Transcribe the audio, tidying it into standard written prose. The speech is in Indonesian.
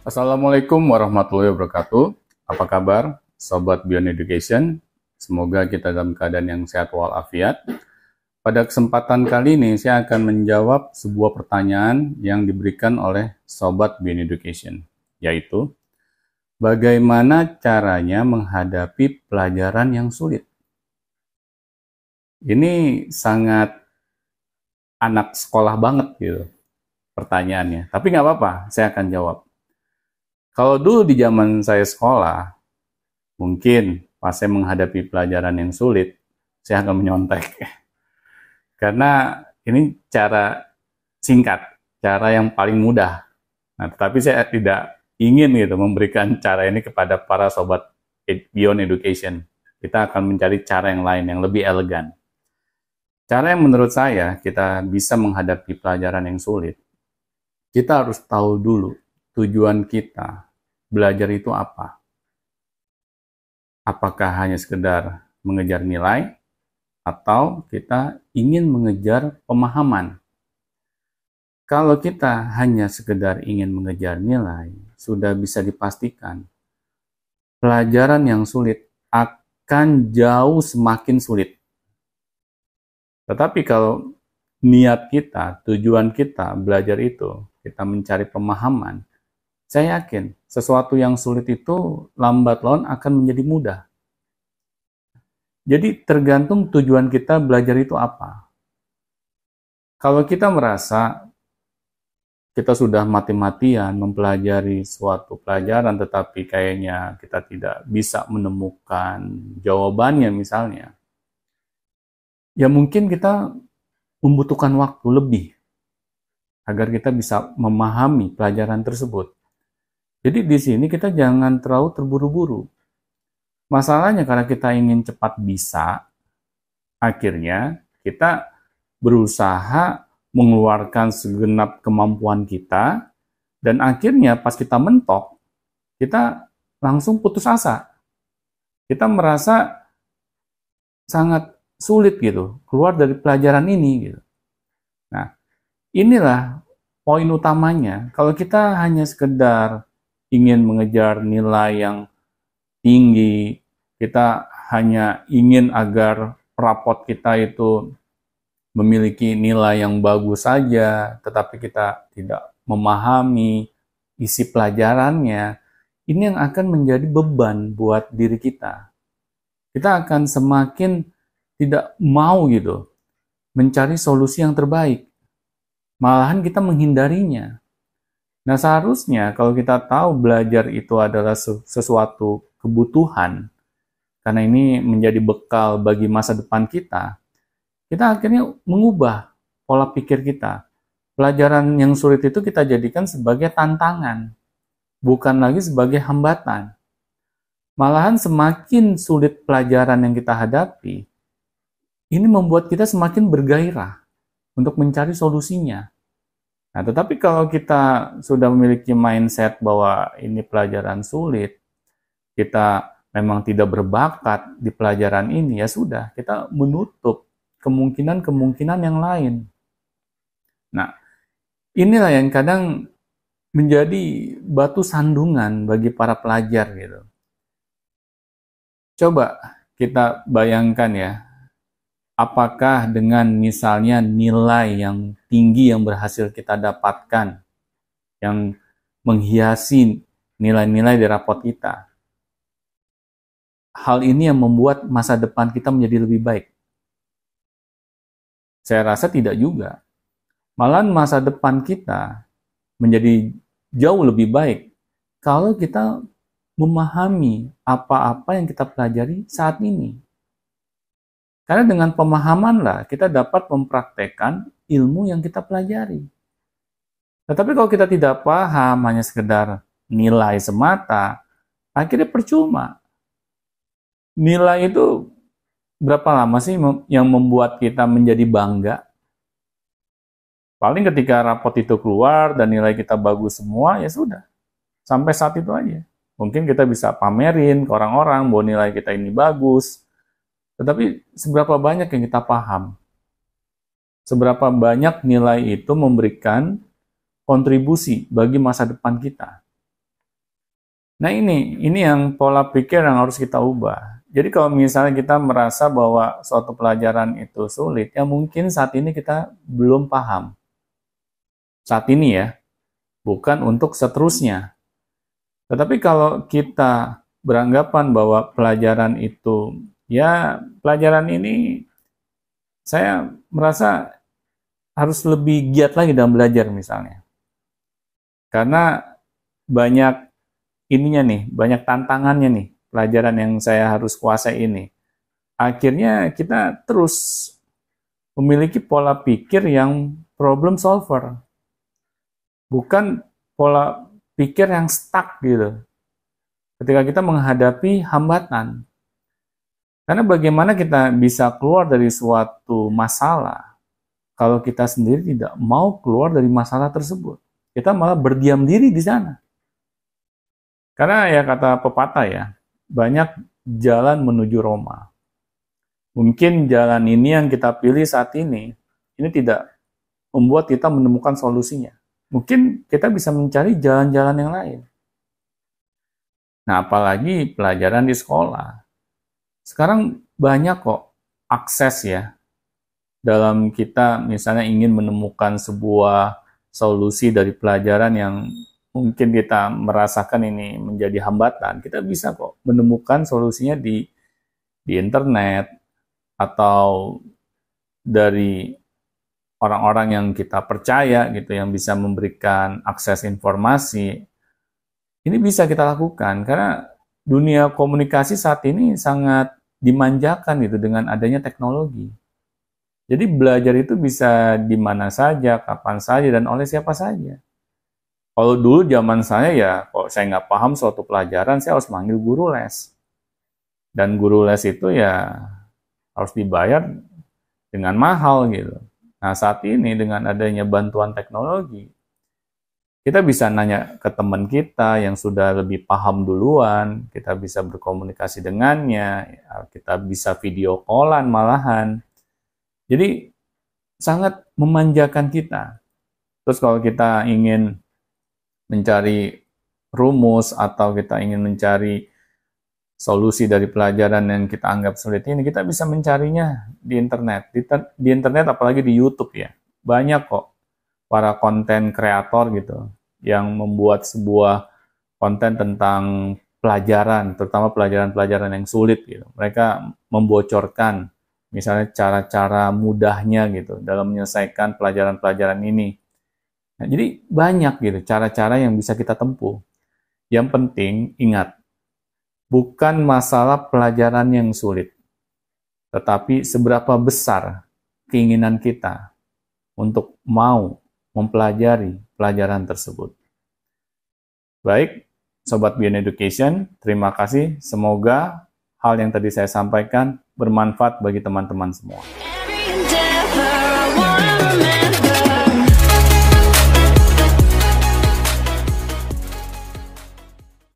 Assalamualaikum warahmatullahi wabarakatuh. Apa kabar, Sobat Beyond Education? Semoga kita dalam keadaan yang sehat walafiat. Pada kesempatan kali ini, saya akan menjawab sebuah pertanyaan yang diberikan oleh Sobat Beyond Education, yaitu, bagaimana caranya menghadapi pelajaran yang sulit? Ini sangat anak sekolah banget gitu pertanyaannya. Tapi nggak apa-apa, saya akan jawab. Kalau dulu di zaman saya sekolah, mungkin pas saya menghadapi pelajaran yang sulit, saya akan menyontek. Karena ini cara singkat, cara yang paling mudah. Nah, tetapi saya tidak ingin gitu memberikan cara ini kepada para sobat Beyond Education. Kita akan mencari cara yang lain, yang lebih elegan. Cara yang menurut saya kita bisa menghadapi pelajaran yang sulit, kita harus tahu dulu tujuan kita belajar itu apa. Apakah hanya sekedar mengejar nilai, atau kita ingin mengejar pemahaman. Kalau kita hanya sekedar ingin mengejar nilai, sudah bisa dipastikan pelajaran yang sulit akan jauh semakin sulit. Tetapi kalau niat kita, tujuan kita belajar itu, kita mencari pemahaman, saya yakin sesuatu yang sulit itu lambat laun akan menjadi mudah. Jadi tergantung tujuan kita belajar itu apa. Kalau kita merasa kita sudah mati-matian mempelajari suatu pelajaran tetapi kayaknya kita tidak bisa menemukan jawabannya misalnya, ya mungkin kita membutuhkan waktu lebih agar kita bisa memahami pelajaran tersebut. Jadi di sini kita jangan terlalu terburu-buru. Masalahnya karena kita ingin cepat bisa, akhirnya kita berusaha mengeluarkan segenap kemampuan kita, dan akhirnya pas kita mentok, kita langsung putus asa. Kita merasa sangat sulit gitu, keluar dari pelajaran ini gitu. Nah, inilah poin utamanya. Kalau kita hanya sekedar ingin mengejar nilai yang tinggi, kita hanya ingin agar rapot kita itu memiliki nilai yang bagus saja, tetapi kita tidak memahami isi pelajarannya, ini yang akan menjadi beban buat diri kita. Kita akan semakin tidak mau gitu mencari solusi yang terbaik. Malahan kita menghindarinya. Nah, seharusnya kalau kita tahu belajar itu adalah sesuatu kebutuhan, karena ini menjadi bekal bagi masa depan kita, kita akhirnya mengubah pola pikir kita. Pelajaran yang sulit itu kita jadikan sebagai tantangan, bukan lagi sebagai hambatan. Malahan semakin sulit pelajaran yang kita hadapi, ini membuat kita semakin bergairah untuk mencari solusinya. Nah, tetapi kalau kita sudah memiliki mindset bahwa ini pelajaran sulit, kita memang tidak berbakat di pelajaran ini, ya sudah, kita menutup kemungkinan-kemungkinan yang lain. Nah, inilah yang kadang menjadi batu sandungan bagi para pelajar gitu. Coba kita bayangkan ya, apakah dengan misalnya nilai yang tinggi yang berhasil kita dapatkan, yang menghiasi nilai-nilai di rapot kita, hal ini yang membuat masa depan kita menjadi lebih baik? Saya rasa tidak juga. Malahan masa depan kita menjadi jauh lebih baik kalau kita memahami apa-apa yang kita pelajari saat ini. Karena dengan pemahamanlah kita dapat mempraktekkan ilmu yang kita pelajari. Tetapi kalau kita tidak paham, hanya sekedar nilai semata, akhirnya percuma. Nilai itu berapa lama sih yang membuat kita menjadi bangga? Paling ketika rapot itu keluar dan nilai kita bagus semua, ya sudah. Sampai saat itu aja. Mungkin kita bisa pamerin ke orang-orang bahwa nilai kita ini bagus. Tetapi seberapa banyak yang kita paham? Seberapa banyak nilai itu memberikan kontribusi bagi masa depan kita? Nah ini yang pola pikir yang harus kita ubah. Jadi kalau misalnya kita merasa bahwa suatu pelajaran itu sulit, ya mungkin saat ini kita belum paham. Saat ini ya, bukan untuk seterusnya. Tetapi kalau kita beranggapan bahwa pelajaran itu, ya pelajaran ini saya merasa harus lebih giat lagi dalam belajar misalnya. Karena banyak ininya nih, banyak tantangannya nih, pelajaran yang saya harus kuasai ini. Akhirnya kita terus memiliki pola pikir yang problem solver. Bukan pola pikir yang stuck gitu. Ketika kita menghadapi hambatan. Karena bagaimana kita bisa keluar dari suatu masalah kalau kita sendiri tidak mau keluar dari masalah tersebut. Kita malah berdiam diri di sana. Karena ya kata pepatah ya, banyak jalan menuju Roma. Mungkin jalan ini yang kita pilih saat ini tidak membuat kita menemukan solusinya. Mungkin kita bisa mencari jalan-jalan yang lain. Nah, apalagi pelajaran di sekolah. Sekarang banyak kok akses ya, dalam kita misalnya ingin menemukan sebuah solusi dari pelajaran yang mungkin kita merasakan ini menjadi hambatan, kita bisa kok menemukan solusinya di internet atau dari orang-orang yang kita percaya gitu, yang bisa memberikan akses informasi. Ini bisa kita lakukan karena dunia komunikasi saat ini sangat dimanjakan gitu dengan adanya teknologi. Jadi belajar itu bisa di mana saja, kapan saja, dan oleh siapa saja. Kalau dulu zaman saya ya, kalau saya nggak paham suatu pelajaran, saya harus manggil guru les. Dan guru les itu ya harus dibayar dengan mahal gitu. Nah saat ini dengan adanya bantuan teknologi, kita bisa nanya ke teman kita yang sudah lebih paham duluan, kita bisa berkomunikasi dengannya, kita bisa video callan malahan. Jadi sangat memanjakan kita. Terus kalau kita ingin mencari rumus atau kita ingin mencari solusi dari pelajaran yang kita anggap sulit ini, kita bisa mencarinya di internet. Di internet apalagi di YouTube ya. Banyak kok para konten kreator gitu yang membuat sebuah konten tentang pelajaran, terutama pelajaran-pelajaran yang sulit gitu. Mereka membocorkan misalnya cara-cara mudahnya gitu dalam menyelesaikan pelajaran-pelajaran ini. Nah, jadi banyak gitu cara-cara yang bisa kita tempuh. Yang penting ingat, bukan masalah pelajaran yang sulit, tetapi seberapa besar keinginan kita untuk mau mempelajari pelajaran tersebut. Baik, Sobat Beyond Education, terima kasih. Semoga hal yang tadi saya sampaikan bermanfaat bagi teman-teman semua.